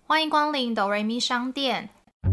欢迎光临哆瑞咪商店。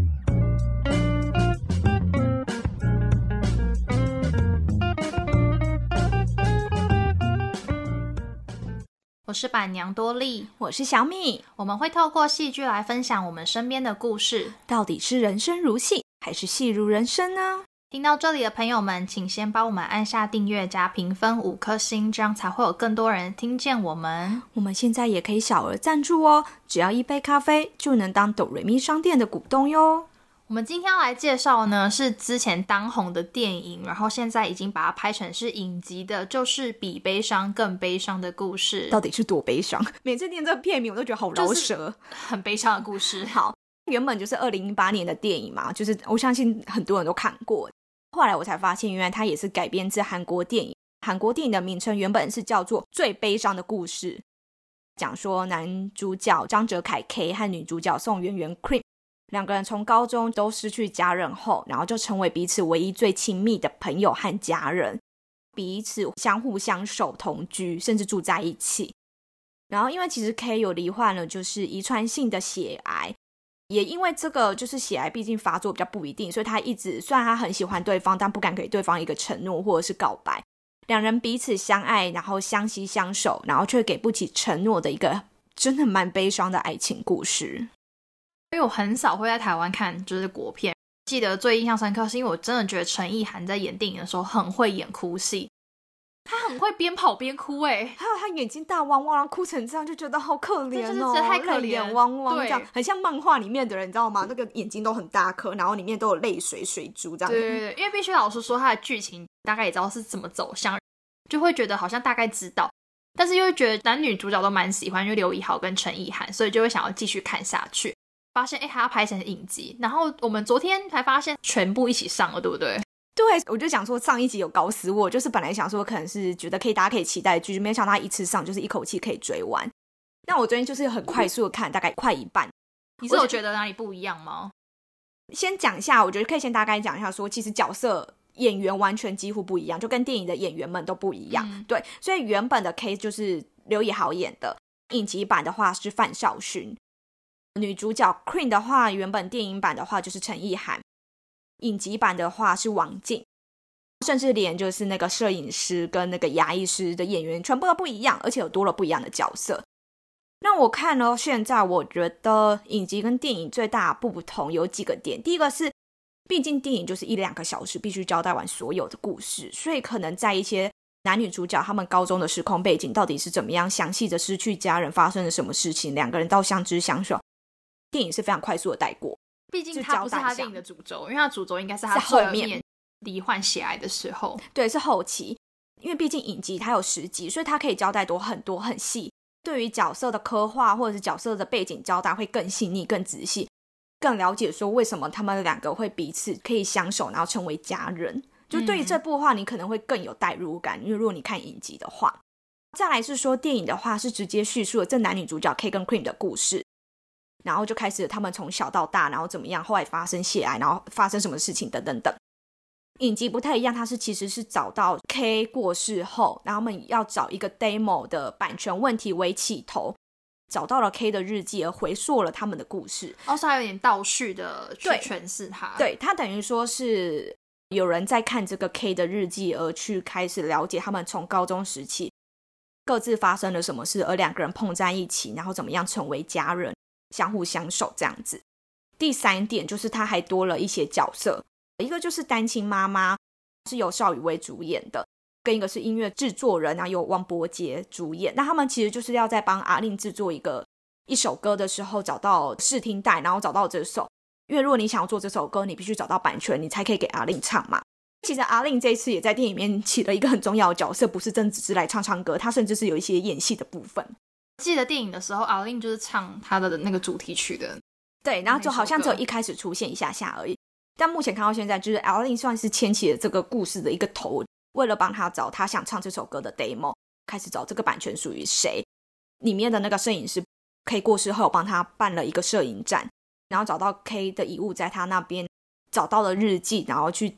我是板娘多莉， 我是小米。 我们会透过戏剧来分享我们身边的故事。 到底是人生如戏，还是戏如人生呢？ 听到这里的朋友们，请先帮我们按下订阅加评分5颗星，这样才会有更多人听见我们。 我们现在也可以小额赞助哦，只要1杯咖啡就能当哆瑞咪商店的股东哟。 我们今天要来介绍呢，是之前当红的电影，然后现在已经把它拍成是影集的，就是比悲伤更悲伤的故事。 到底是多悲伤？每次念这个片名我都觉得好饶舌， 很悲伤的故事。 好，原本就是2018年的电影嘛，就是我相信很多人都看过。后来我才发现，原来它也是改编自韩国电影。韩国电影的名称原本是叫做《最悲伤的故事》，讲说男主角张哲凯 K 和女主角宋媛媛 Cream 两个人从高中都失去家人后，然后就成为彼此唯一最亲密的朋友和家人，彼此相互相守同居，甚至住在一起。然后因为其实 K 有罹患了就是遗传性的血癌，也因为这个就是血癌毕竟发作比较不一定，所以他一直虽然他很喜欢对方，但不敢给对方一个承诺或者是告白。两人彼此相爱，然后相惜相守，然后却给不起承诺的一个真的蛮悲伤的爱情故事。 因为我很少会在台湾看就是国片，记得最印象深刻是因为我真的觉得陈意涵在演电影的时候很会演哭戏，他很会边跑边哭还有他眼睛大汪汪，然后哭成这样就觉得好可怜就是太可怜， 泪眼汪汪这样，很像漫画里面的人，你知道吗？那个眼睛都很大颗，然后里面都有泪水水珠这样。 对，因为必须老实说他的剧情大概也知道是怎么走向，就会觉得好像大概知道，但是又会觉得男女主角都蛮喜欢，就刘以豪跟陈意涵，所以就会想要继续看下去。发现还要拍成影集，然后我们昨天才发现全部一起上了，对不对？ 对，我就想说上一集有搞死我，就是本来想说可能是觉得大家可以期待的剧，没想到他一次上就是一口气可以追完。那我昨天就是很快速的看，大概快一半。 你是有觉得哪里不一样吗？ 先讲一下，我觉得可以先大概讲一下说，其实角色演员完全几乎不一样，就跟电影的演员们都不一样。对，所以原本的 K 就是刘以豪演的，影集版的话是范少勋。女主角 Queen 的话，原本电影版的话就是陈意涵，影集版的话是王静，甚至连就是那个摄影师跟那个牙医师的演员全部都不一样，而且有多了不一样的角色。那我看了现在，我觉得影集跟电影最大不同有几个点。第一个是，毕竟电影就是1-2个小时必须交代完所有的故事，所以可能在一些男女主角他们高中的时空背景到底是怎么样，详细的失去家人发生了什么事情，两个人到相知相守，电影是非常快速的带过。 毕竟它不是他电影的主轴，因为他主轴应该是他后面罹患血癌的时候。 对，是后期。因为毕竟影集它有10集，所以它可以交代多很多很细，对于角色的刻画或者是角色的背景交代会更细腻更仔细，更了解说为什么他们两个会彼此可以相守然后成为家人。就对于这部的话你可能会更有代入感，因为如果你看影集的话。再来是说电影的话是直接叙述了这男女主角 K 跟 Cream 的故事，然后就开始他们从小到大然后怎么样，后来发生血癌，然后发生什么事情等等等。影集不太一样，它是其实是找到 K 过世后，然后他们要找一个 demo 的版权问题为起头，找到了 K 的日记而回溯了他们的故事。 所以它有点倒叙的去诠释它。 对，它等于说是有人在看这个 K 的日记而去开始了解他们从高中时期各自发生了什么事，而两个人碰在一起，然后怎么样成为家人，相互相守这样子。第3点就是他还多了一些角色，一个就是单亲妈妈，是由邵雨薇主演的，跟一个是音乐制作人，然后由王伯杰主演。那他们其实就是要在帮阿令制作一首歌的时候找到试听带，然后找到这首，因为如果你想要做这首歌，你必须找到版权，你才可以给阿令唱嘛。其实阿令这一次也在电影里面起了一个很重要的角色，不是真只是来唱唱歌，他甚至是有一些演戏的部分。 记得电影的时候阿令就是唱他的那个主题曲的， 对，然后就好像只有一开始出现一下下而已。但目前看到现在，就是阿令算是牵起了这个故事的一个头，为了帮他找他想唱这首歌的 demo， 开始找这个版权属于谁。里面的那个摄影师 K 过世后帮他办了一个摄影展，然后找到 K 的遗物在他那边，找到了日记，然后去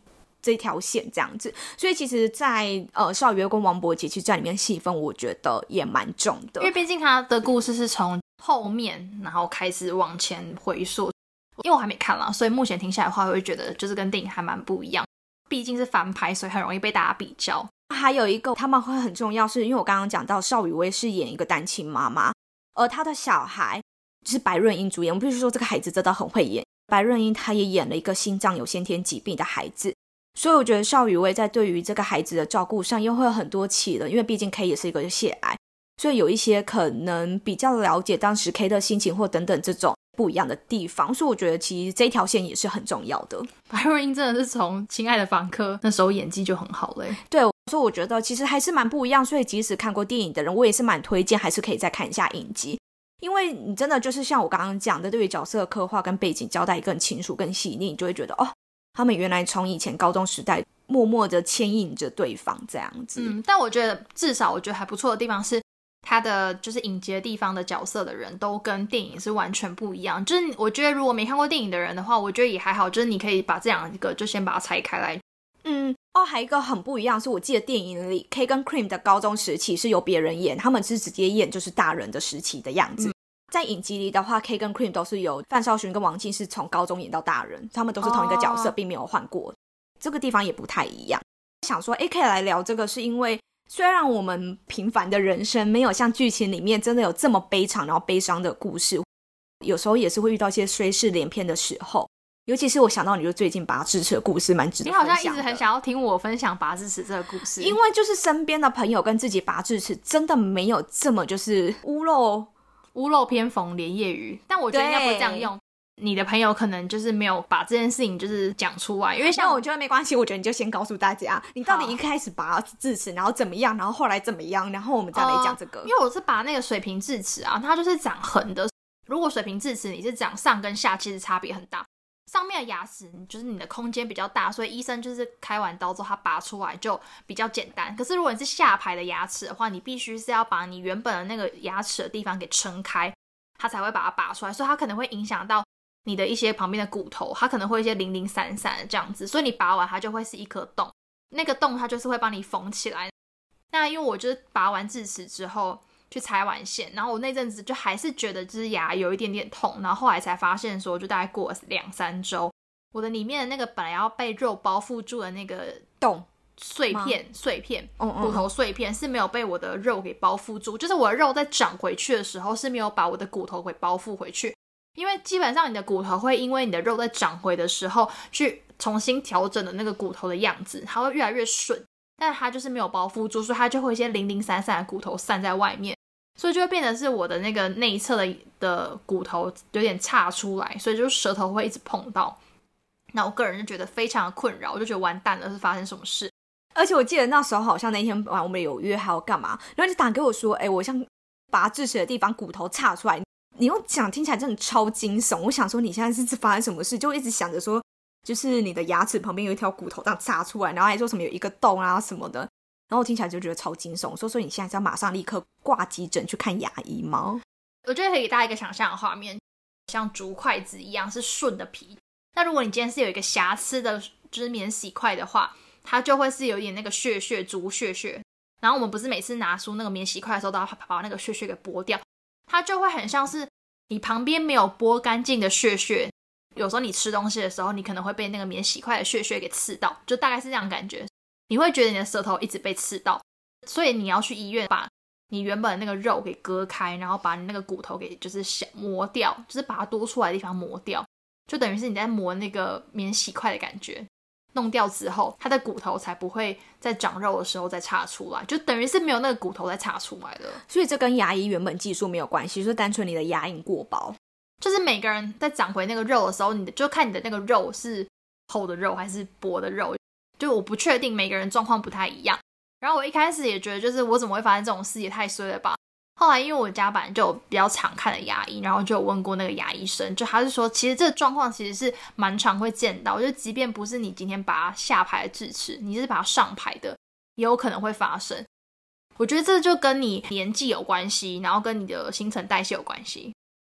这条线这样子。所以其实在邵雨薇跟王柏杰其实在里面戏份我觉得也蛮重的， 因为毕竟他的故事是从后面然后开始往前回溯，因为我还没看啦，所以目前听下来的话我会觉得就是跟电影还蛮不一样，毕竟是翻拍，所以很容易被大家比较。 还有一个他们会很重要，是因为我刚刚讲到邵雨薇是演一个单亲妈妈，而她的小孩就是白润英主演，我必须说这个孩子真的很会演。白润英她也演了一个心脏有先天疾病的孩子，所以我觉得邵雨薇在对于这个孩子的照顾上又会有很多起了，因为毕竟 K 也是一个血癌，所以有一些可能比较了解当时 K 的心情或等等这种不一样的地方，所以我觉得其实这条线也是很重要的。 白润英真的是从亲爱的房客那时候演技就很好嘞。 对，所以我觉得其实还是蛮不一样，所以即使看过电影的人我也是蛮推荐还是可以再看一下影集，因为你真的就是像我刚刚讲的，对于角色的刻画跟背景交代更清楚更细腻，你就会觉得哦，他们原来从以前高中时代默默的牵引着对方这样子。 但我觉得至少我觉得还不错的地方是他的就是影集的地方的角色的人都跟电影是完全不一样，就是我觉得如果没看过电影的人的话，我觉得也还好，就是你可以把这两个就先把它拆开来。 还有一个很不一样是我记得电影里 K 跟 Cream 的高中时期是由别人演，他们是直接演就是大人的时期的样子。在影集里的话 K 跟 Cream 都是由范少勋跟王静是从高中演到大人，他们都是同一个角色，并没有换过，这个地方也不太一样。想说可以来聊这个是因为虽然我们平凡的人生没有像剧情里面真的有这么悲长然后悲伤的故事，有时候也是会遇到一些衰事连篇的时候，尤其是我想到你就最近拔智齿的故事蛮值得分享的。 你好像一直很想要听我分享拔智齿这个故事， 因为就是身边的朋友跟自己拔智齿真的没有这么就是屋漏偏逢连夜雨，但我觉得应该不会这样用。你的朋友可能就是没有把这件事情就是讲出来，因为像我觉得没关系，我觉得你就先告诉大家你到底一开始拔智齿然后怎么样，然后后来怎么样，然后我们再来讲这个。 因为我是拔那个水平智齿啊，它就是长横的，如果水平智齿你是长上跟下其实差别很大，上面的牙齿就是你的空间比较大，所以医生就是开完刀之后它拔出来就比较简单。可是如果你是下排的牙齿的话，你必须是要把你原本的那个牙齿的地方给撑开，它才会把它拔出来，所以它可能会影响到你的一些旁边的骨头，它可能会一些零零散散的这样子，所以你拔完它就会是一颗洞，那个洞它就是会帮你缝起来。那因为我就是拔完智齿之后去拆完线，然后我那阵子就还是觉得就是牙有一点点痛，然后后来才发现说就大概过了2-3周，我的里面的那个本来要被肉包覆住的那个洞碎片骨头碎片是没有被我的肉给包覆住，就是我的肉在长回去的时候是没有把我的骨头给包覆回去，因为基本上你的骨头会因为你的肉在长回的时候去重新调整的那个骨头的样子，它会越来越顺，但它就是没有包覆住，所以它就会一些零零散散的骨头散在外面，所以就会变成是我的那个内侧的骨头有点岔出来，所以就舌头会一直碰到。那我个人就觉得非常的困扰，我就觉得完蛋了，是发生什么事。 而且我记得那时候好像那天晚我们有约还要干嘛，然后就打给我说我像拔智齿的地方骨头岔出来，你又讲听起来真的超惊悚，我想说你现在是发生什么事，就一直想着说就是你的牙齿旁边有一条骨头这样岔出来，然后还说什么有一个洞啊什么的，然后我听起来就觉得超惊悚，所以你现在是要马上立刻挂急诊去看牙医吗？ 我觉得可以给大家一个想象的画面，像竹筷子一样是顺的皮，那如果你今天是有一个瑕疵的就是免洗筷的话，它就会是有一点那个竹屑，然后我们不是每次拿出那个免洗筷的时候都要把那个屑给剥掉，它就会很像是你旁边没有剥干净的屑，有时候你吃东西的时候你可能会被那个免洗筷的屑给刺到，就大概是这样感觉，你会觉得你的舌头一直被刺到，所以你要去医院把你原本的那个肉给割开，然后把你那个骨头给就是磨掉，就是把它多出来的地方磨掉，就等于是你在磨那个免洗筷的感觉，弄掉之后它的骨头才不会在长肉的时候再岔出来，就等于是没有那个骨头再岔出来了。 所以这跟牙医原本技术没有关系，就是单纯你的牙龈过薄， 就是每个人在长回那个肉的时候，你就看你的那个肉是厚的肉还是薄的肉，就我不确定，每个人状况不太一样。然后我一开始也觉得就是我怎么会发生这种事，也太衰了吧。后来因为我家本来就有比较常看的牙医，然后就有问过那个牙医生，就他是说其实这个状况其实是蛮常会见到，就即便不是你今天拔下排的智齿，你是拔上排的也有可能会发生。我觉得这就跟你年纪有关系，然后跟你的新陈代谢有关系。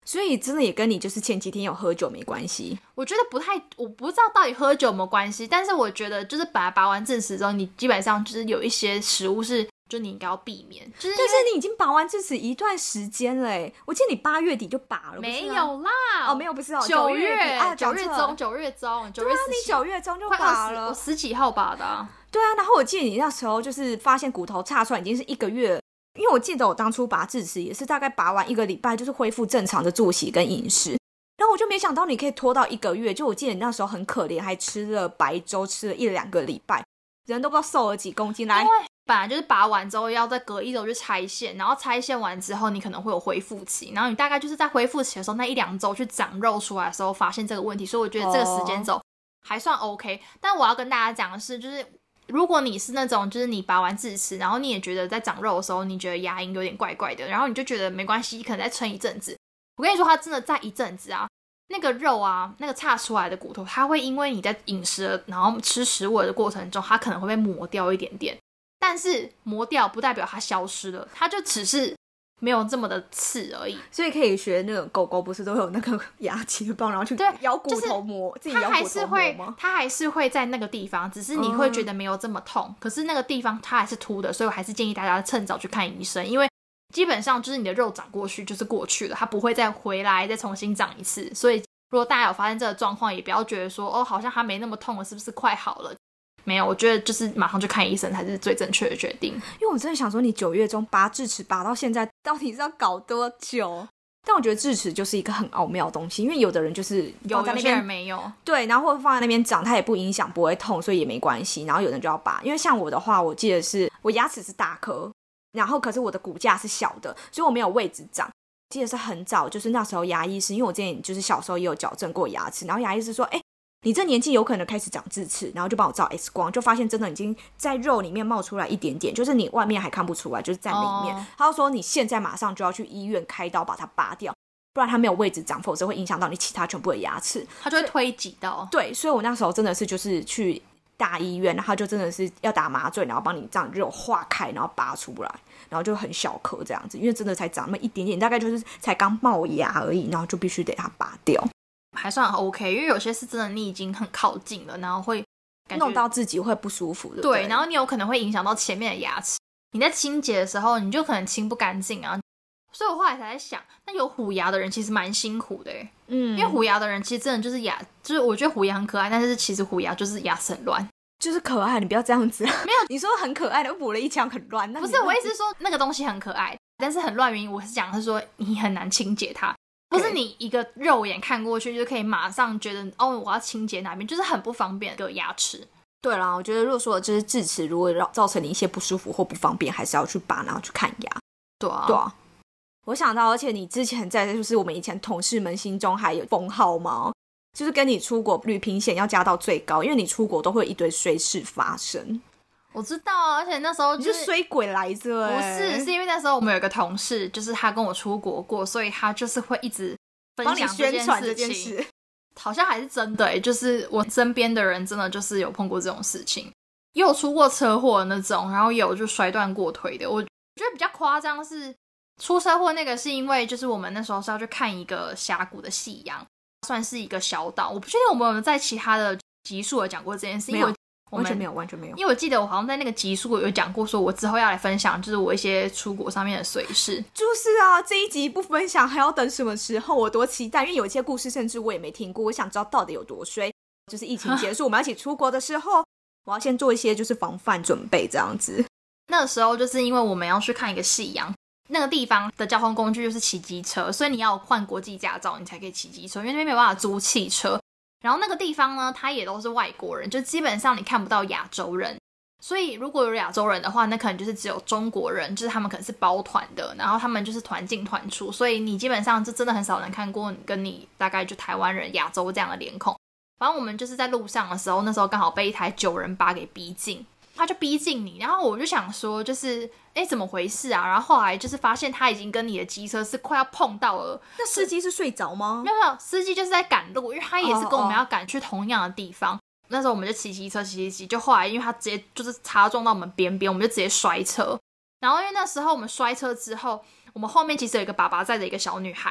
所以真的也跟你就是前几天有喝酒没关系。 我觉得我不知道到底喝酒有没有关系，但是我觉得就是本来拔完智齿之后，你基本上就是有一些食物是就你应该要避免，就是但是你已经拔完智齿一段时间了耶，我记得你8月底就拔了。 没有啦， 哦，没有，不是哦 ，9月啊 ，9月中，9月对啊，你9月中就拔了， 我10几号拔的啊。 对啊，然后我记得你那时候就是发现骨头岔出来已经是1个月了，因为我记得我当初拔智齿也是大概拔完1个礼拜就是恢复正常的作息跟饮食，然后我就没想到你可以拖到1个月，就我记得你那时候很可怜，还吃了白粥吃了1-2个礼拜，人都不知道瘦了几公斤来。 本来就是拔完之后要再隔1周去拆线，然后拆线完之后你可能会有恢复期，然后你大概就是在恢复期的时候那1-2周去长肉出来的时候发现这个问题，所以我觉得这个时间轴还算 OK。但我要跟大家讲的是，就是如果你是那种就是你拔完智齿，然后你也觉得在长肉的时候你觉得牙龈有点怪怪的，然后你就觉得没关系，可能再撑一阵子，我跟你说它真的在一阵子啊，那个肉啊，那个岔出来的骨头，它会因为你在饮食然后吃食物的过程中，它可能会被磨掉一点点，但是磨掉不代表它消失了，它就只是没有这么的刺而已。 所以可以学那种狗狗不是都有那个牙切棒，然后去咬骨头磨，自己咬骨头磨吗？ 它还是会在那个地方，只是你会觉得没有这么痛，可是那个地方它还是凸的，所以我还是建议大家趁早去看医生，因为基本上就是你的肉长过去就是过去了，它不会再回来再重新长一次。所以如果大家有发现这个状况，也不要觉得说哦好像它没那么痛了，是不是快好了？没有，我觉得就是马上去看医生才是最正确的决定。 因为我真的想说你9月中拔智齿拔到现在到底是要搞多久？但我觉得智齿就是一个很奥妙的东西，因为有的人就是有在那边， 有些人没有， 对，然后或者放在那边长，它也不影响，不会痛，所以也没关系。然后有人就要拔，因为像我的话，我记得是我牙齿是大颗，然后可是我的骨架是小的，所以我没有位置长。记得是很早，就是那时候牙医师，因为我之前就是小时候也有矫正过牙齿，然后牙医师说，你这年纪有可能开始长智齿，然后就帮我照 X 光，就发现真的已经在肉里面冒出来一点点，就是你外面还看不出来，就是在里面。他就说你现在马上就要去医院开刀把它拔掉，不然它没有位置长，否则会影响到你其他全部的牙齿， 它就会推挤到。 对，所以我那时候真的是就是去大医院，然后就真的是要打麻醉，然后帮你这样肉化开，然后拔出来，然后就很小颗这样子，因为真的才长那么一点点，大概就是才刚冒芽而已，然后就必须得它拔掉。 还算 OK， 因为有些是真的你已经很靠近了，然后会感觉弄到自己会不舒服的。 对，然后你有可能会影响到前面的牙齿，你在清洁的时候你就可能清不干净啊。所以我后来才在想，那有虎牙的人其实蛮辛苦的耶，因为虎牙的人其实真的就是就是我觉得虎牙很可爱，但是其实虎牙就是牙齿很乱。 就是可爱，你不要这样子。没有， 你说很可爱的，我补了一枪很乱。 不是，我意思是说那个东西很可爱，但是很乱原因，我是讲是说你很难清洁它。不是你一个肉眼看过去就可以马上觉得哦，我要清洁哪边，就是很不方便的牙齿。 对啦，我觉得如果说就是智齿，如果造成你一些不舒服或不方便，还是要去拔，然后去看牙。 对啊， 对啊。我想到，而且你之前在就是我们以前同事们心中还有封号吗？就是跟你出国旅平险要加到最高，因为你出国都会有一堆衰事发生。 我知道啊，而且那时候你是衰鬼来着。 不是，是因为那时候我们有一个同事，就是他跟我出国过，所以他就是会一直分享帮你宣传这件事， 好像还是真的就是我身边的人真的就是有碰过这种事情，也有出过车祸的那种，然后也有就摔断过腿的。我觉得比较夸张是出车祸那个是因为就是我们那时候是要去看一个峡谷的夕阳，算是一个小岛，我不确定我们有没有在其他的集数有讲过这件事，因为完全没有，完全没有。 因为我记得我好像在那个集数有讲过，说我之后要来分享，就是我一些出国上面的碎事。 就是啊，这一集不分享还要等什么时候？我多期待，因为有一些故事甚至我也没听过，我想知道到底有多衰。就是疫情结束，我们要一起出国的时候，我要先做一些就是防范准备，这样子。 那个时候就是因为我们要去看一个夕阳，那个地方的交通工具就是骑机车，所以你要换国际驾照你才可以骑机车，因为那边没有办法租汽车。然后那个地方呢，它也都是外国人，就基本上你看不到亚洲人，所以如果有亚洲人的话，那可能就是只有中国人，就是他们可能是包团的，然后他们就是团进团出，所以你基本上就真的很少人看过跟你大概就台湾人、亚洲这样的脸孔。反正我们就是在路上的时候，那时候刚好被一台9人巴给逼近，他就逼近你，然后我就想说就是怎么回事啊？然后后来就是发现他已经跟你的机车是快要碰到了。 那司机是睡着吗？ 没有，司机就是在赶路，因为他也是跟我们要赶去同样的地方。那时候我们就骑机车，就后来因为他直接就是擦撞到我们边边，我们就直接摔车。然后因为那时候我们摔车之后，我们后面其实有一个爸爸载着一个小女孩，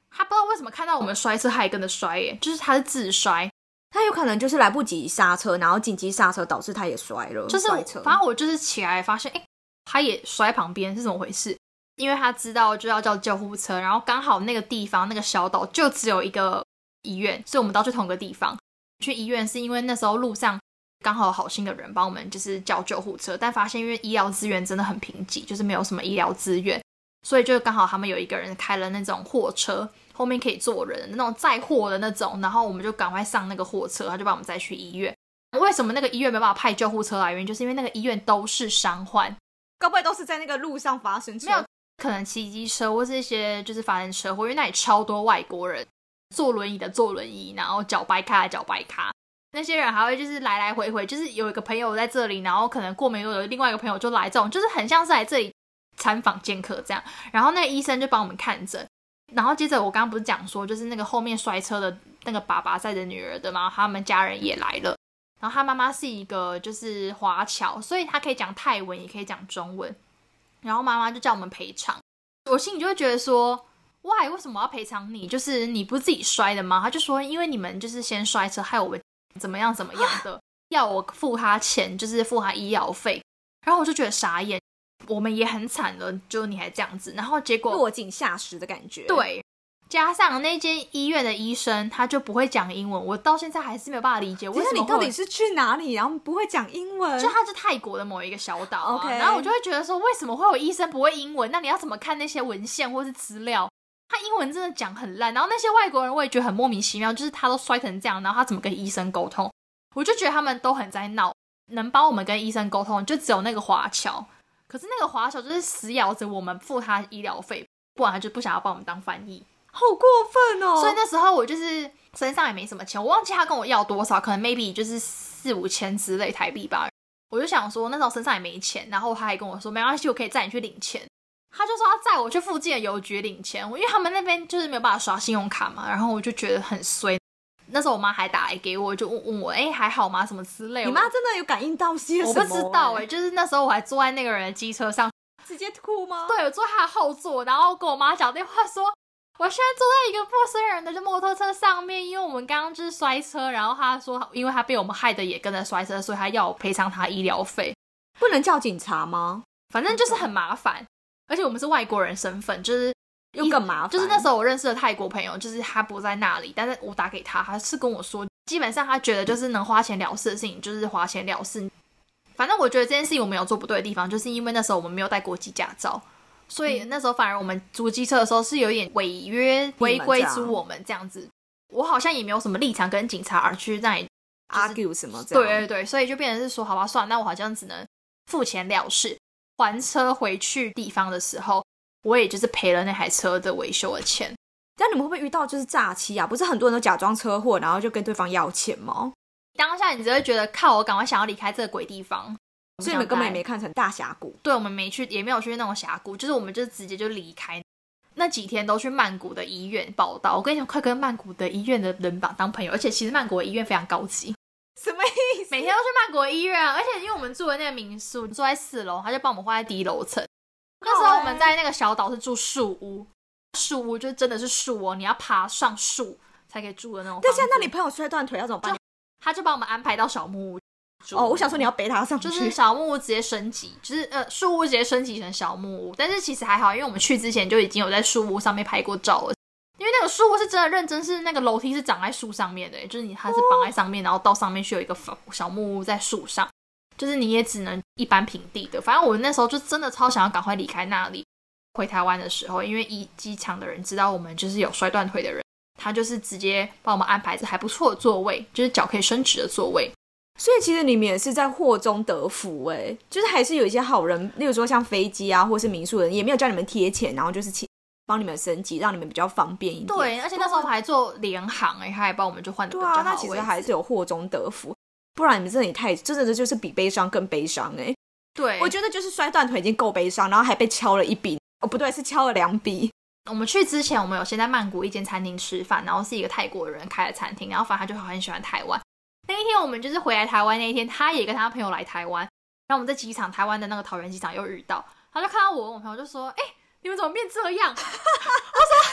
他不知道为什么看到我们摔车他也跟着摔耶，就是他是自摔。 他有可能就是来不及刹车，然后紧急刹车导致他也摔了， 就是反正我就是起来发现他也摔旁边是怎么回事，因为他知道就要叫救护车，然后刚好那个地方那个小岛就只有一个医院，所以我们都去同一个地方。去医院是因为那时候路上刚好有好心的人帮我们就是叫救护车，但发现因为医疗资源真的很贫瘠，就是没有什么医疗资源，所以就刚好他们有一个人开了那种货车，后面可以坐人的那种载货的那种，然后我们就赶快上那个货车，他就把我们载去医院。为什么那个医院没办法派救护车来？原因就是因为那个医院都是伤患， 该不会都是在那个路上发生车？ 没有，可能骑机车或是一些就是发生车祸，因为那里超多外国人，坐轮椅的坐轮椅，然后脚掰咖的脚掰咖，那些人还会就是来来回回，就是有一个朋友在这里，然后可能过没多久另外一个朋友就来，这种就是很像是来这里参访见客这样。然后那个医生就帮我们看诊，然后接着我刚刚不是讲说就是那个后面摔车的那个爸爸载着女儿的嘛，他们家人也来了，然后他妈妈是一个就是华侨，所以他可以讲泰文也可以讲中文，然后妈妈就叫我们赔偿。我心里就会觉得说喂，为什么要赔偿你？就是你不是自己摔的吗？他就说因为你们就是先摔车害我们怎么样怎么样的，要我付他钱，就是付他医疗费。然后我就觉得傻眼，我们也很惨了，就你还这样子。然后结果落井下石的感觉。 对，加上那间医院的医生他就不会讲英文，我到现在还是没有办法理解为什么你到底是去哪里然后不会讲英文？ 就他是泰国的某一个小岛啊。 Okay. 然后我就会觉得说为什么会有医生不会英文？那你要怎么看那些文献或是资料？他英文真的讲很烂，然后那些外国人我也觉得很莫名其妙，就是他都摔成这样，然后他怎么跟医生沟通？我就觉得他们都很在闹，能帮我们跟医生沟通就只有那个华侨，可是那个华侨就是死咬着我们付他医疗费，不然他就不想要帮我们当翻译， 好过分哦！ 所以那时候我就是身上也没什么钱，我忘记他跟我要多少，可能 maybe 就是4-5千之类台币吧。我就想说那时候身上也没钱，然后他还跟我说没关系，我可以载你去领钱。他就说要载我去附近的邮局领钱，因为他们那边就是没有办法刷信用卡嘛，然后我就觉得很衰。那时候我妈还打来给我，就问我还好吗什么之类的。 你妈真的有感应到些什么？ 我不知道就是那时候我还坐在那个人的机车上， 直接哭吗？ 对，我坐他的后座，然后跟我妈讲电话说我现在坐在一个陌生人的摩托车上面，因为我们刚刚就是摔车，然后他说因为他被我们害的也跟着摔车，所以他要我赔偿他医疗费。 不能叫警察吗？ 反正就是很麻烦，而且我们是外国人身份，就是又更麻烦。 就是那时候我认识的泰国朋友，就是他不在那里，但是我打给他，他是跟我说基本上他觉得就是能花钱了事的事情就是花钱了事。反正我觉得这件事情我们有做不对的地方，就是因为那时候我们没有带国际驾照，所以那时候反而我们租机车的时候是有一点违约违规租我们这样子。我好像也没有什么立场跟警察而去那里、 argue 什么这样。 对对对，所以就变成是说好吧算了，那我好像只能付钱了事。还车回去地方的时候，我也就是赔了那台车的维修的钱。 但你们会不会遇到就是诈欺啊？不是很多人都假装车祸然后就跟对方要钱吗？ 当下你只会觉得靠，我赶快想要离开这个鬼地方， 所以你们根本也没看成大峡谷。 对，我们没去，也没有去那种峡谷，就是我们就直接就离开。那几天都去曼谷的医院报道，我跟你讲，快跟曼谷的医院的人吧当朋友，而且其实曼谷的医院非常高级。 什么意思？ 每天都去曼谷的医院啊，而且因为我们住的那个民宿住在4楼，他就帮我们换在第1楼层。那时候我们在那个小岛是住树屋，树屋就真的是树哦，你要爬上树才可以住的那种。 但现在那你朋友摔断腿要怎么办？ 他就把我们安排到小木屋住。 哦，我想说你要背他上去。 就是小木屋直接升级，就是树屋直接升级成小木屋，但是其实还好，因为我们去之前就已经有在树屋上面拍过照了。因为那个树屋是真的认真，是那个楼梯是长在树上面的，就是它是绑在上面，然后到上面去有一个小木屋在树上，就是你也只能一般平地的。反正我那时候就真的超想要赶快离开那里。回台湾的时候，因为机场的人知道我们就是有摔断腿的人，他就是直接帮我们安排着还不错的座位，就是脚可以伸直的座位。 所以其实你们也是在祸中得福就是还是有一些好人，例如说像飞机啊或是民宿人也没有叫你们贴钱，然后就是帮你们升级，让你们比较方便一点。 对，而且那时候我们还做联航他还帮我们就换得比较好的位置。 对啊，那其实还是有祸中得福，不然你们真的也太真的就是比悲伤更悲伤对， 我觉得就是摔断腿已经够悲伤，然后还被敲了一笔，不对，是敲了2笔。 我们去之前，我们有先在曼谷一间餐厅吃饭，然后是一个泰国人开的餐厅，然后反正他就很喜欢台湾。那一天我们就是回来台湾那一天，他也跟他朋友来台湾，然后我们在机场，台湾的那个桃园机场又遇到，他就看到我跟我朋友就说你们怎么变这样？我说怎么才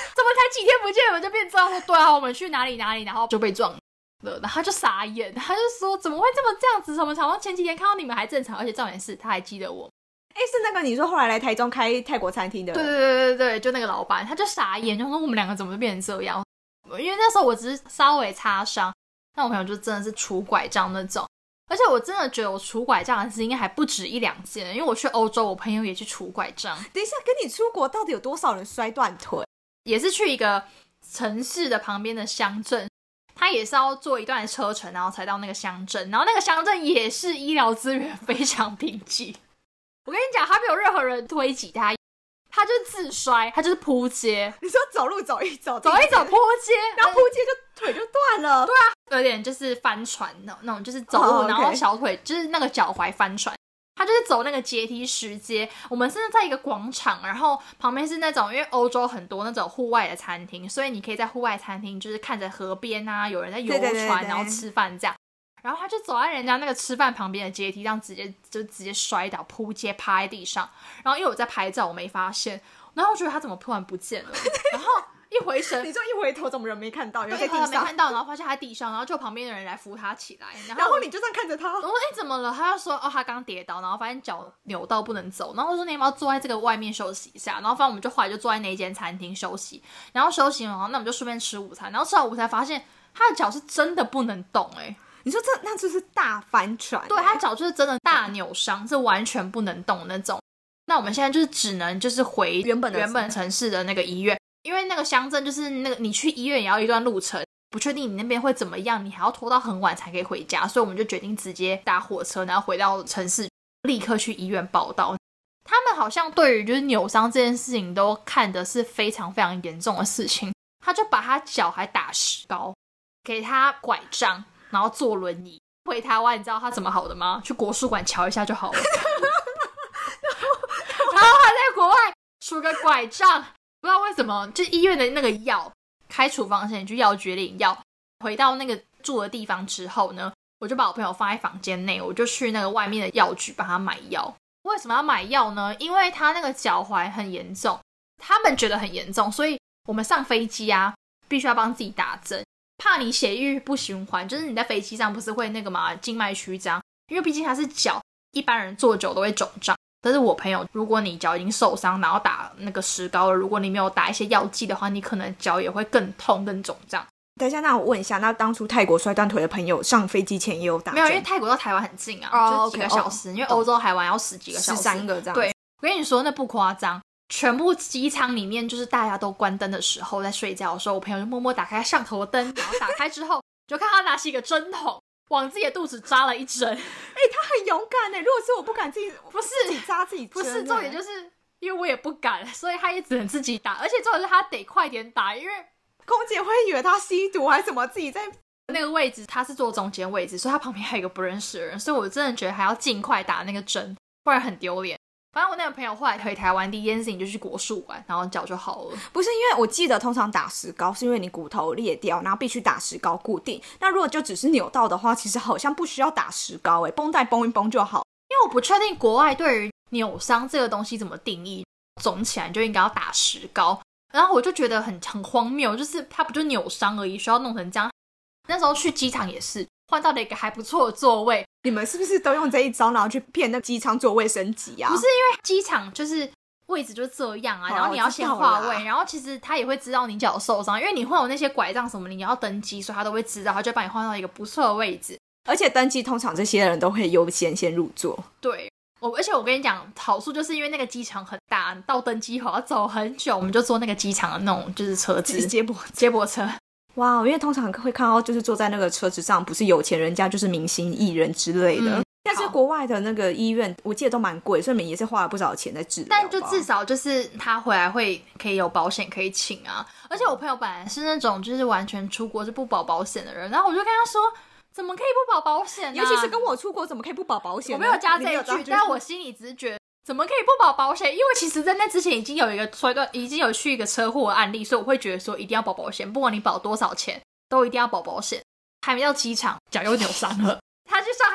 几天不见我们就变这样，说对啊，我们去哪里哪里，然后就被撞了，然后他就傻眼，他就说怎么会这么这样子？什么好像前几天看到你们还正常，而且重点是他还记得我。 是那个你说后来来台中开泰国餐厅的？ 对，就那个老板，他就傻眼，就说我们两个怎么变成这样？因为那时候我只是稍微擦伤，那我朋友就真的是拄拐杖那种。而且我真的觉得我拄拐杖的事应该还不止1-2件，因为我去欧洲，我朋友也去拄拐杖。 等一下，跟你出国到底有多少人摔断腿？ 也是去一个城市的旁边的乡镇，他也是要坐一段车程，然后才到那个乡镇，然后那个乡镇也是医疗资源非常贫瘠。我跟你讲，他没有任何人推挤他，他就是自摔，他就是扑街。 你说走路走一走扑街， 然后扑街就腿就断了。 对啊，有点就是翻船那种，就是走路，然后小腿就是那个脚踝翻船。他就是走那个阶梯石阶，我们是在一个广场，然后旁边是那种，因为欧洲很多那种户外的餐厅，所以你可以在户外餐厅就是看着河边啊，有人在游船，然后吃饭这样。然后他就走在人家那个吃饭旁边的阶梯上，直接摔倒，扑街趴在地上。然后因为我在拍照，我没发现，然后我觉得他怎么突然不见了，然后一回神， 你说一回头怎么人没看到？ 对，在地上没看到，然后发现他在地上，然后就旁边的人来扶他起来， 然后你就这样看着他。 我说怎么了？他就说他刚跌倒，然后发现脚扭到不能走，然后我说你要不要坐在这个外面休息一下？然后反正我们就后来就坐在那间餐厅休息，然后休息完，那我们就顺便吃午餐，然后吃完午餐发现他的脚是真的不能动你说那就是大翻船。 对，他脚就是真的大扭伤，是完全不能动那种。那我们现在就是只能就是回原本城市的那个医院，因为那个乡镇就是那个你去医院也要一段路程，不确定你那边会怎么样，你还要拖到很晚才可以回家，所以我们就决定直接搭火车，然后回到城市，立刻去医院报到。他们好像对于就是扭伤这件事情都看的是非常非常严重的事情，他就把他脚还打石膏，给他拐杖，然后坐轮椅回台湾。你知道他怎么好的吗？去国术馆瞧一下就好了。然后他在国外拄个拐杖，不知道为什么就医院的那个药开处方前去药局领药。回到那个住的地方之后呢，我就把我朋友放在房间内，我就去那个外面的药局帮他买药。为什么要买药呢？因为他那个脚踝很严重，他们觉得很严重，所以我们上飞机啊必须要帮自己打针，怕你血液不循环，就是你在飞机上不是会那个嘛静脉曲张，因为毕竟它是脚，一般人坐久都会肿胀。但是我朋友，如果你脚已经受伤，然后打那个石膏了，如果你没有打一些药剂的话，你可能脚也会更痛更肿胀。 等一下，那我问一下，那当初泰国摔断腿的朋友上飞机前也有打针？ 没有，因为泰国到台湾很近啊，就几个小时，因为欧洲台湾要10几个小时 ，13个这样。 对，我跟你说那不夸张，全部机舱里面就是大家都关灯的时候，在睡觉的时候，我朋友就默默打开上头的灯，然后打开之后就看他拿起一个针筒往自己的肚子扎了一针。 他很勇敢如果是我不敢自己扎自己针。 不是重点，就是因为我也不敢，所以他也只能自己打，而且重点是他得快点打，因为空姐会以为他吸毒还是什么，自己在那个位置他是坐中间位置，所以他旁边还有一个不认识的人，所以我真的觉得还要尽快打那个针，不然很丢脸。反正我那个朋友后来回台湾第一件事情就去国术馆，然后脚就好了。 不是，因为我记得通常打石膏是因为你骨头裂掉，然后必须打石膏固定。那如果就只是扭到的话，其实好像不需要打石膏，绷带绷一绷就好。 因为我不确定国外对于扭伤这个东西怎么定义，肿起来就应该要打石膏。然后我就觉得很荒谬，就是它不就扭伤而已，需要弄成这样。那时候去机场也是换到了一个还不错的座位。 你们是不是都用这一招然后去骗那机舱座位升级啊？ 不是，因为机场就是位置就是这样啊，然后你要先划位，然后其实他也会知道你脚受伤，因为你会有那些拐杖什么，你要登机，所以他都会知道，他就帮你换到一个不错的位置。 而且登机通常这些人都会优先先入座。 对，而且我跟你讲，好处就是因为那个机场很大，到登机口要走很久，我们就坐那个机场的那种就是车子接驳车。 哇，因为通常会看到就是坐在那个车子上不是有钱人家就是明星艺人之类的。但是国外的那个医院我记得都蛮贵，所以你们也是花了不少钱在治疗。 但就至少就是他回来可以有保险可以请啊。而且我朋友本来是那种就是完全出国是不保保险的人，然后我就跟他说怎么可以不保保险呢？ 尤其是跟我出国怎么可以不保保险呢？ 我没有加这一句，但我心里只是觉得怎么可以不保保险？因为其实在那之前已经有一个已经有去一个车祸的案例，所以我会觉得说一定要保保险，不管你保多少钱都一定要保保险。还没到机场脚又扭伤了。他去上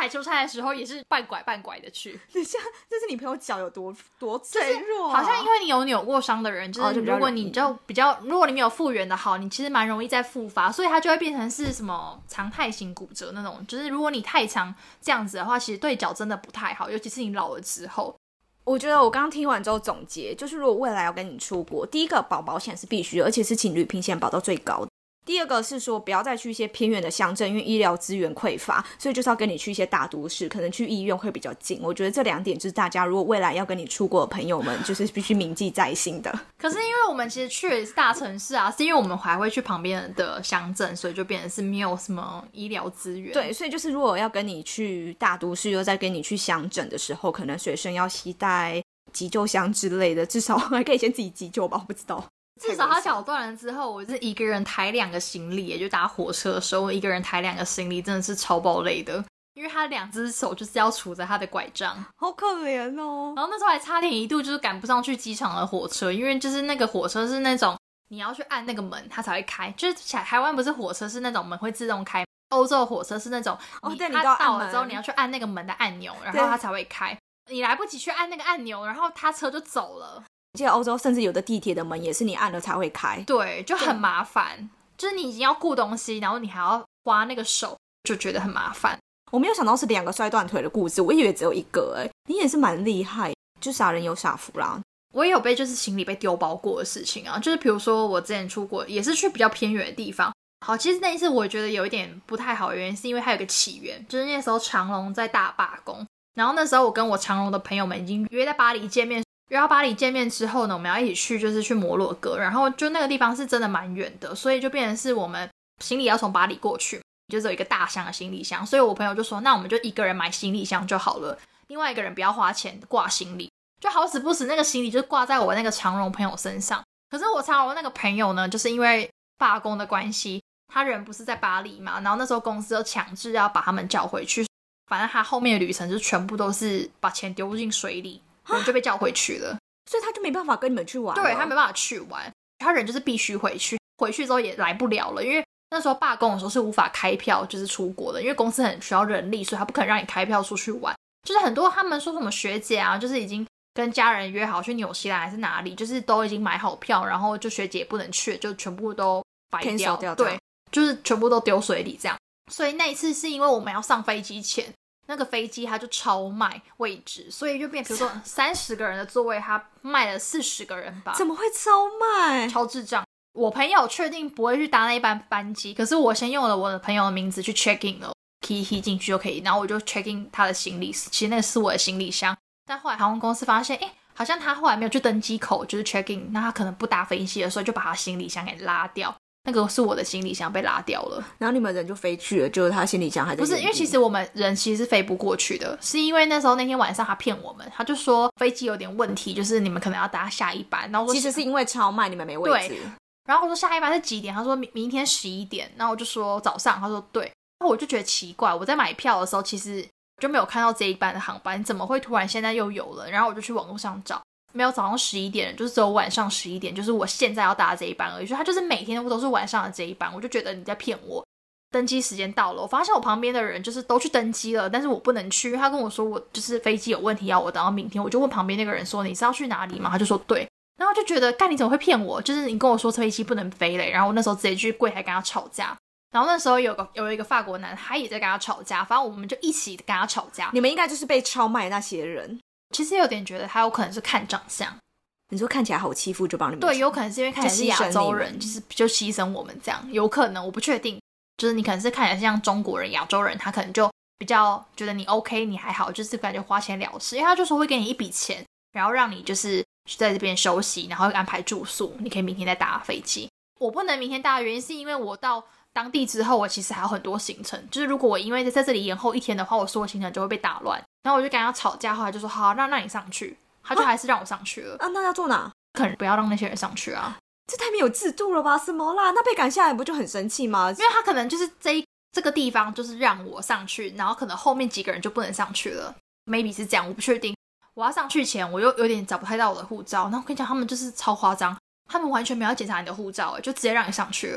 海出差的时候也是半拐半拐的去。 等一下，这是你朋友脚有多脆弱好像因为你有扭过伤的人，就是如果你就比较，如果你没有复原的好，你其实蛮容易再复发，所以它就会变成是什么常态型骨折那种，就是如果你太常这样子的话，其实对脚真的不太好，尤其是你老了之后。 我觉得我刚刚听完之后总结，就是如果未来要跟你出国，第一个保险是必须的，而且是请旅平险保到最高的。第二个是说不要再去一些偏远的乡镇，因为医疗资源匮乏，所以就是要跟你去一些大都市，可能去医院会比较近。我觉得这2点就是大家如果未来要跟你出国的朋友们就是必须铭记在心的。 可是因为我们其实去的是大城市啊，是因为我们还会去旁边的乡镇，所以就变成是没有什么医疗资源。 对，所以就是如果要跟你去大都市又再跟你去乡镇的时候，可能随身要携带急救箱之类的，至少还可以先自己急救吧，我不知道。 至少他脚断了之后，我是一个人抬2个行李，也就搭火车的时候，我一个人抬2个行李真的是超爆累的，因为他2只手就是要杵着他的拐杖， 好可怜哦。 然后那时候还差点一度就是赶不上去机场的火车，因为就是那个火车是那种你要去按那个门它才会开，就是台湾不是火车是那种门会自动开，欧洲的火车是那种它到了之后你要去按那个门的按钮，然后它才会开，你来不及去按那个按钮，然后他车就走了。 我记得欧洲甚至有的地铁的门也是你按了才会开， 对，就很麻烦，就是你已经要顾东西，然后你还要花那个手，就觉得很麻烦。 我没有想到是2个摔断腿的故事，我以为只有1个你也是蛮厉害，就傻人有傻福啦。 我也有被就是行李被丢包过的事情啊，就是比如说我之前出国也是去比较偏远的地方。好，其实那一次我觉得有一点不太好的原因是因为它有个起源，就是那时候长荣在大罢工，然后那时候我跟我长荣的朋友们已经约在巴黎见面，约到巴黎见面之后呢，我们要一起去就是去摩洛哥，然后就那个地方是真的蛮远的，所以就变成是我们行李要从巴黎过去，就只有一个大箱的行李箱，所以我朋友就说那我们就一个人买行李箱就好了，另外一个人不要花钱挂行李，就好死不死那个行李就挂在我那个长荣朋友身上。可是我长荣那个朋友呢，就是因为罢工的关系，他人不是在巴黎嘛，然后那时候公司就强制要把他们叫回去，反正他后面的旅程就全部都是把钱丢进水里，人就被叫回去了， 所以他就没办法跟你们去玩了。 对，他没办法去玩，他人就是必须回去，回去之后也来不了了，因为那时候罢工的时候是无法开票就是出国的，因为公司很需要人力，所以他不可能让你开票出去玩。就是很多他们说什么学姐啊，就是已经跟家人约好去纽西兰还是哪里，就是都已经买好票，然后就学姐也不能去，就全部都白掉，对，就是全部都丢水里这样。所以那一次是因为我们要上飞机前，那个飞机它就超卖位置，所以就变比如说30个人的座位，它卖了40个人吧。 怎么会超卖？ 超智障！我朋友确定不会去搭那一班班机，可是我先用了我的朋友的名字去 check in 了 key 进去就可以，然后我就 check in 他的行李，其实那个是我的行李箱。但后来航空公司发现好像他后来没有去登机口就是 check in， 那他可能不搭飞机了，所以就把他行李箱给拉掉，那个是我的行李箱被拉掉了， 然后你们人就飞去了，就是他行李箱还在。 不是，因为其实我们人其实是飞不过去的，是因为那天晚上他骗我们，他就说飞机有点问题，就是你们可能要搭下一班，然后我说其实是因为超卖你们没位置。 然后我说下一班是几点，他说明天11点，然后我就说早上，他说对，然后我就觉得奇怪，我在买票的时候其实就没有看到这一班的航班，怎么会突然现在又有了？然后我就去网络上找，没有早上11点，就是只有晚上11点，就是我现在要搭的这一班而已，所以他就是每天都是晚上的这一班，我就觉得你在骗我。登机时间到了，我发现我旁边的人就是都去登机了，但是我不能去，他跟我说我就是飞机有问题要我等到明天，我就问旁边那个人说你是要去哪里吗？他就说对，然后就觉得干你怎么会骗我，就是你跟我说飞机不能飞嘞，然后我那时候直接去柜台跟他吵架，然后那时候有一个法国男他也在跟他吵架，反正我们就一起跟他吵架。 你们应该就是被超卖的那些人。 其实有点觉得他有可能是看长相， 你说看起来好欺负就帮你们， 对，有可能是因为看起来是亚洲人，就牺牲我们这样，有可能，我不确定，就是你可能是看起来像中国人亚洲人，他可能就比较觉得你 OK 你还好，就是感觉花钱了事，因为他就说会给你一笔钱，然后让你就是在这边休息，然后安排住宿，你可以明天再搭飞机。我不能明天搭的原因是因为我到当地之后我其实还有很多行程，就是如果我因为在这里延后1天的话，我所有行程就会被打乱，然后我就跟他吵架，后来就说好，那你上去，他就还是让我上去了。 那要坐哪？ 可能不要让那些人上去啊， 这太没有制度了吧？什么啦？那被赶下来不就很生气吗？ 因为他可能就是这个地方就是让我上去，然后可能后面几个人就不能上去了 ，maybe 是这样，我不确定。我要上去前我又有点找不太到我的护照，然后我跟你讲他们就是超夸张，他们完全没有检查你的护照，就直接让你上去了。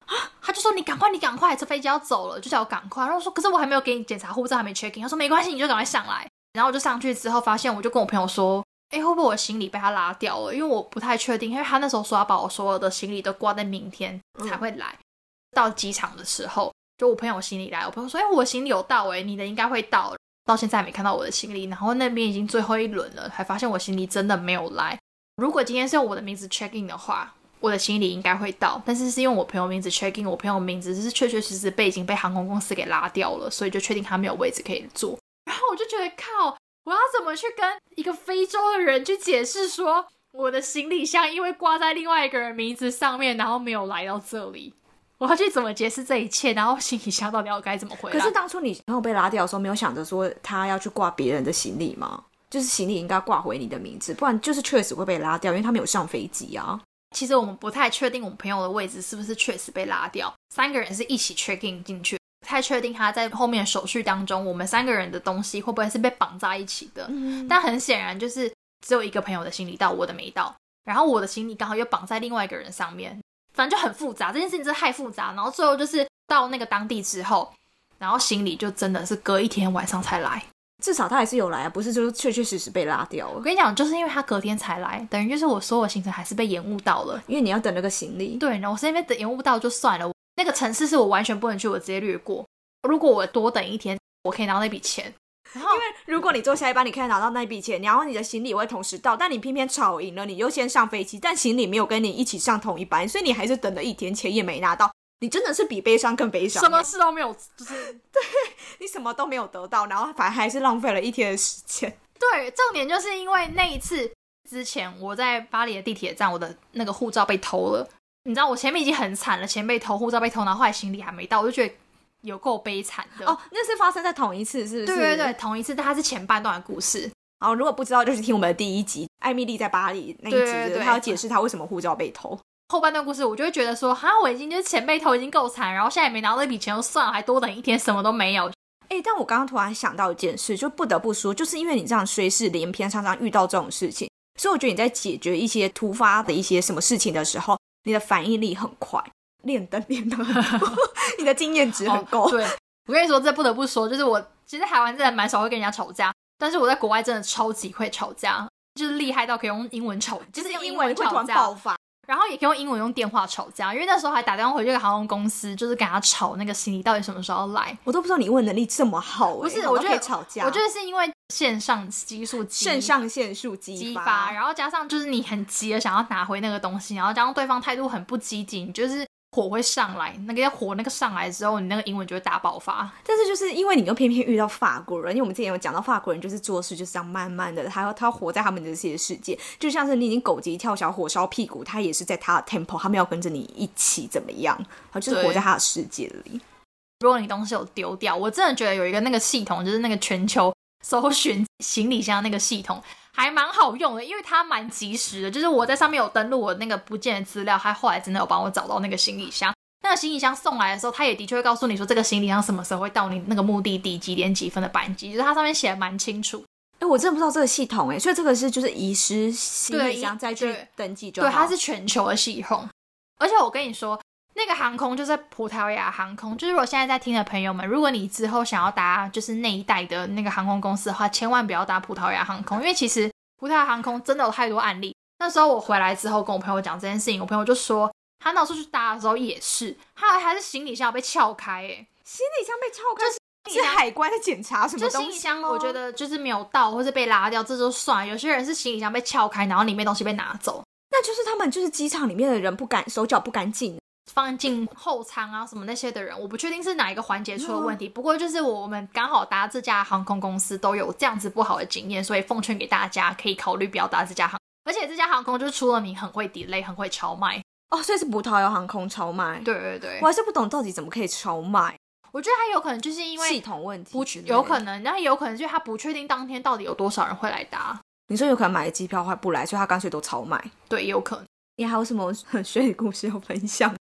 他就说你赶快，这飞机要走了，就叫我赶快。然后我说可是我还没有给你检查护照，还没 check in。他说没关系，你就赶快上来。然后我就上去之后发现，我就跟我朋友说，会不会我行李被他拉掉了？因为我不太确定，因为他那时候说要把我所有的行李都挂在明天才会来。到机场的时候，就我朋友行李来，我朋友说我行李有到你的应该会到，到现在没看到我的行李。然后那边已经最后一轮了，还发现我行李真的没有来。如果今天是用我的名字 check in 的话，我的行李应该会到，但是是用我朋友名字 check in， 我朋友名字是确实已经被航空公司给拉掉了，所以就确定他没有位置可以坐。然后我就觉得靠，我要怎么去跟一个非洲的人去解释说我的行李箱因为挂在另外一个人名字上面，然后没有来到这里？我要去怎么解释这一切？然后行李箱到底要该怎么回来？ 可是当初你朋友被拉掉的时候，没有想着说他要去挂别人的行李吗？就是行李应该挂回你的名字，不然就是确实会被拉掉，因为他没有上飞机啊。 其实我们不太确定我们朋友的位置是不是确实被拉掉，3个人是一起 check in 进去，不太确定他在后面手续当中我们3个人的东西会不会是被绑在一起的。但很显然就是只有一个朋友的行李到，我的没到，然后我的行李刚好又绑在另外一个人上面，反正就很复杂，这件事情真的太复杂。然后最后就是到那个当地之后，然后行李就真的是隔一天晚上才来。 至少他还是有来啊，不是就是确实被拉掉了。 我跟你讲，就是因为他隔天才来，等于就是我所有行程还是被延误到了， 因为你要等那个行李。 对，然后我是因为等延误到就算了，那个城市是我完全不能去，我直接略过。如果我多等一天，我可以拿到那笔钱。然后因为如果你坐下一班，你可以拿到那笔钱，然后你的行李会同时到，但你偏偏吵赢了，你就先上飞机，但行李没有跟你一起上同一班，所以你还是等了一天，钱也没拿到。你真的是比悲伤更悲伤， 什么事都没有，就是对，你什么都没有得到，然后反而还是浪费了一天的时间。 对，重点就是因为那一次之前我在巴黎的地铁站，我的那个护照被偷了。你知道我前面已经很惨了，钱被偷，护照被偷，然后后来行李还没到，我就觉得有够悲惨的。 哦，那是发生在同一次是不是？ 对，同一次，但它是前半段的故事。 好，如果不知道就去听我们的第一集，艾米丽在巴黎那一集，她要解释她为什么护照被偷。 后半段故事我就会觉得说，我已经就是钱被偷已经够惨，然后现在也没拿到那笔钱，就算了，还多等一天，什么都没有。 但我刚刚突然想到一件事，就不得不说，就是因为你这样衰事连篇，常常遇到这种事情，所以我觉得你在解决一些突发的一些什么事情的时候，你的反应力很快，练得很多你的经验值很够。 对，我跟你说，这不得不说，就是我其实台湾真的蛮少会跟人家吵架，但是我在国外真的超级会吵架，就是厉害到可以用英文吵，就是用英文吵架， 会突然爆发。 然后也可以用英文用电话吵架，因为那时候还打电话回去给航空公司，就是跟他吵那个行李到底什么时候要来。 我都不知道你英文能力这么好。 不是， 我觉得吵架， 我觉得是因为肾上腺素激发，然后加上就是你很急的想要拿回那个东西，然后加上对方态度很不积极，就是火会上来，那个火那个上来之后，你那个英文就会大爆发。 但是就是因为你又偏偏遇到法国人，因为我们之前有讲到法国人就是做事就是这样慢慢的，他活在他们的这些世界，就像是你已经狗急跳墙火烧屁股，他也是在他的 tempo， 他们要跟着你一起怎么样，他就是活在他的世界里。 如果你东西有丢掉，我真的觉得有一个那个系统，就是那个全球搜寻行李箱那个系统还蛮好用的，因为它蛮及时的，就是我在上面有登录我那个不见的资料，它后来真的有帮我找到那个行李箱。那个行李箱送来的时候，它也的确会告诉你说这个行李箱什么时候会到你那个目的地几点几分的班机，就是它上面写的蛮清楚。 我真的不知道这个系统所以这个是就是遗失行李箱再去登记就好。 对，它是全球的系统。而且我跟你说，那个航空就是葡萄牙航空，就是我现在在听的朋友们，如果你之后想要搭就是那一代的那个航空公司的话，千万不要搭葡萄牙航空，因为其实葡萄牙航空真的有太多案例。那时候我回来之后跟我朋友讲这件事情，我朋友就说他那时候去搭的时候也是，他还是行李箱被撬开行李箱被撬开是海关在检查什么东西？ 就行李箱我觉得就是没有到或是被拉掉，这就算了。有些人是行李箱被撬开，然后里面东西被拿走， 那就是他们就是机场里面的人不敢手脚不干净， 放进后舱啊什么那些的人，我不确定是哪一个环节出了问题。不过就是我们刚好搭这家航空公司都有这样子不好的经验，所以奉劝给大家可以考虑不要搭这家航空。而且这家航空就是出了名很会 delay 很会超卖所以是葡萄牙航空超卖。 对对对， 我还是不懂到底怎么可以超卖。 我觉得它有可能就是因为系统问题有可能，然后有可能就是他不确定当天到底有多少人会来搭。 你说有可能买的机票还不来，所以他干脆都超卖。 对，有可能。 你还有什么很衰的故事要分享？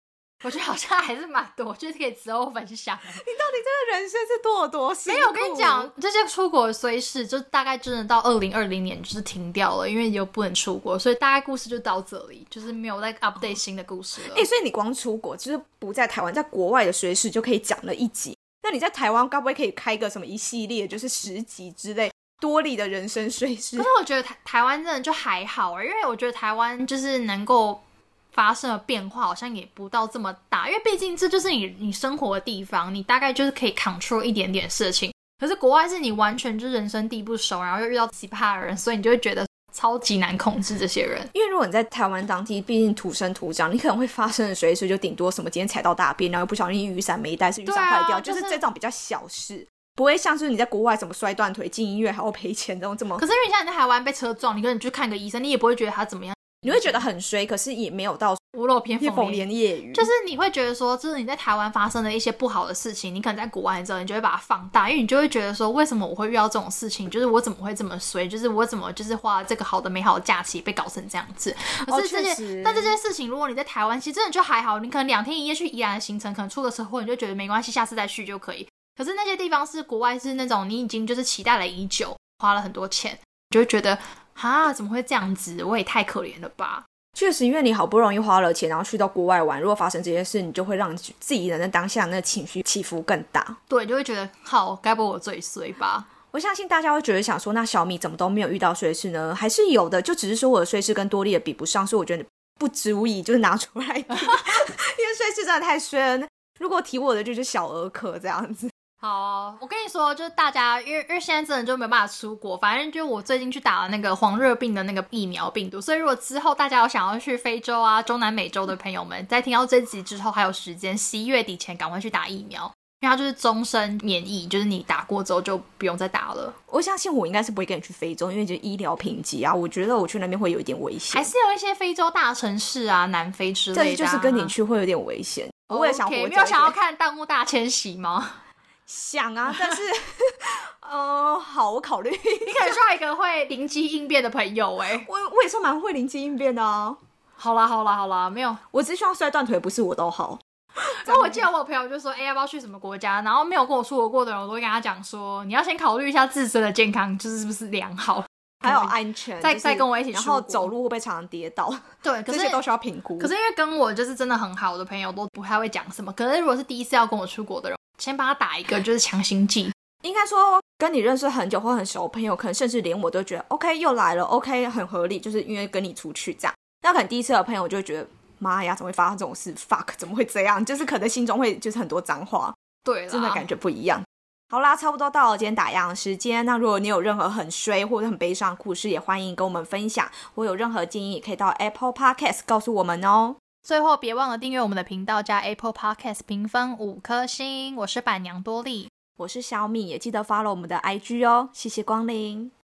我觉得好像还是蛮多，我觉得可以之后分享。 你到底这个人生是多辛苦？ 没有，我跟你讲，这些出国的虽事就大概真的到2020年就是停掉了，因为又不能出国，所以大概故事就到这里，就是没有再 update 新的故事了。 所以你光出国就是不在台湾，在国外的虽事就可以讲了一集，那你在台湾该不会可以开个什么一系列就是10集之类多利的人生虽事？ 可是我觉得台湾真的就还好，因为我觉得台湾就是能够发生的变化好像也不到这么大，因为毕竟这就是你生活的地方，你大概就是可以 control 一点点事情。可是国外是你完全就是人生地不熟，然后又遇到奇葩的人，所以你就会觉得超级难控制这些人。 因为如果你在台湾当地，毕竟土生土长，你可能会发生的随时就顶多什么今天踩到大便，然后不小心雨伞没带，是雨伞坏掉，就是这种比较小事。不会像是你在国外怎么摔断腿进医院还要赔钱这种。 可是因为像你在台湾被车撞，你可能去看个医生，你也不会觉得他怎么样， 你会觉得很衰，可是也没有到屋漏偏逢连夜雨， 就是你会觉得说，就是你在台湾发生的一些不好的事情，你可能在国外之后，你就会把它放大，因为你就会觉得说，为什么我会遇到这种事情？就是我怎么会这么衰？就是我怎么就是花这个好的美好的假期被搞成这样子？可是但这件事情，如果你在台湾，其实真的就还好，你可能2天1夜去宜兰的行程，可能出个车祸，你就觉得没关系，下次再去就可以。可是那些地方是国外，是那种你已经就是期待了已久，花了很多钱，你就会觉得哈，怎么会这样子？我也太可怜了吧。 确实，因为你好不容易花了钱，然后去到国外玩，如果发生这些事，你就会让自己人在当下那个情绪起伏更大。 对，就会觉得好，该不会我最衰吧？ 我相信大家会觉得想说，那小米怎么都没有遇到衰事呢？还是有的，就只是说我的衰事跟多利的比不上，所以我觉得不足以就是拿出来因为衰事真的太衰了。如果提我的就是小儿科这样子。 好，我跟你说，就是大家因为现在真的就没办法出国，反正就我最近去打了那个黄热病的那个疫苗病毒，所以如果之后大家有想要去非洲啊、中南美洲的朋友们，在听到这集之后还有时间，11月底前赶快去打疫苗，因为它就是终身免疫，就是你打过之后就不用再打了。 我相信我应该是不会跟你去非洲，因为就医疗评级啊，我觉得我去那边会有一点危险， 还是有一些非洲大城市啊、南非之类的、啊， 但就是跟你去会有点危险。我也想活着一点。 没有想要看弹幕大迁徙吗？ 想啊，但是好，我考虑。你可能需要一个会灵机应变的朋友我也算蛮会灵机应变的啊。 好啦，没有， 我只需要摔断腿，不是我都好。 然后我记得我有朋友就说，要不要去什么国家？然后没有跟我出国过的人，我都会跟他讲说，你要先考虑一下自身的健康，就是是不是良好， 还有安全， 再跟我一起出国， 然后走路会不会常常跌倒？ 对，可是这些都需要评估。 可是因为跟我就是真的很好的朋友都不太会讲什么，可是如果是第一次要跟我出国的人，先帮他打一个就是强心剂。 应该说跟你认识很久或很熟的朋友，可能甚至连我都觉得 OK 又来了 OK 很合理，就是因为跟你出去这样。那可能第一次的朋友就会觉得妈呀怎么会发生这种事 fuck 怎么会这样，就是可能心中会就是很多脏话。 对啦， 真的感觉不一样。好啦，差不多到了今天打烊的时间。那如果你有任何很衰或者很悲伤的故事，也欢迎跟我们分享。我有任何建议，也可以到 Apple Podcast 告诉我们哦。 最后别忘了订阅我们的频道，加 Apple Podcast 评分5颗星。我是板娘多莉， 我是小米，也记得 follow 我们的 IG 哦。谢谢光临。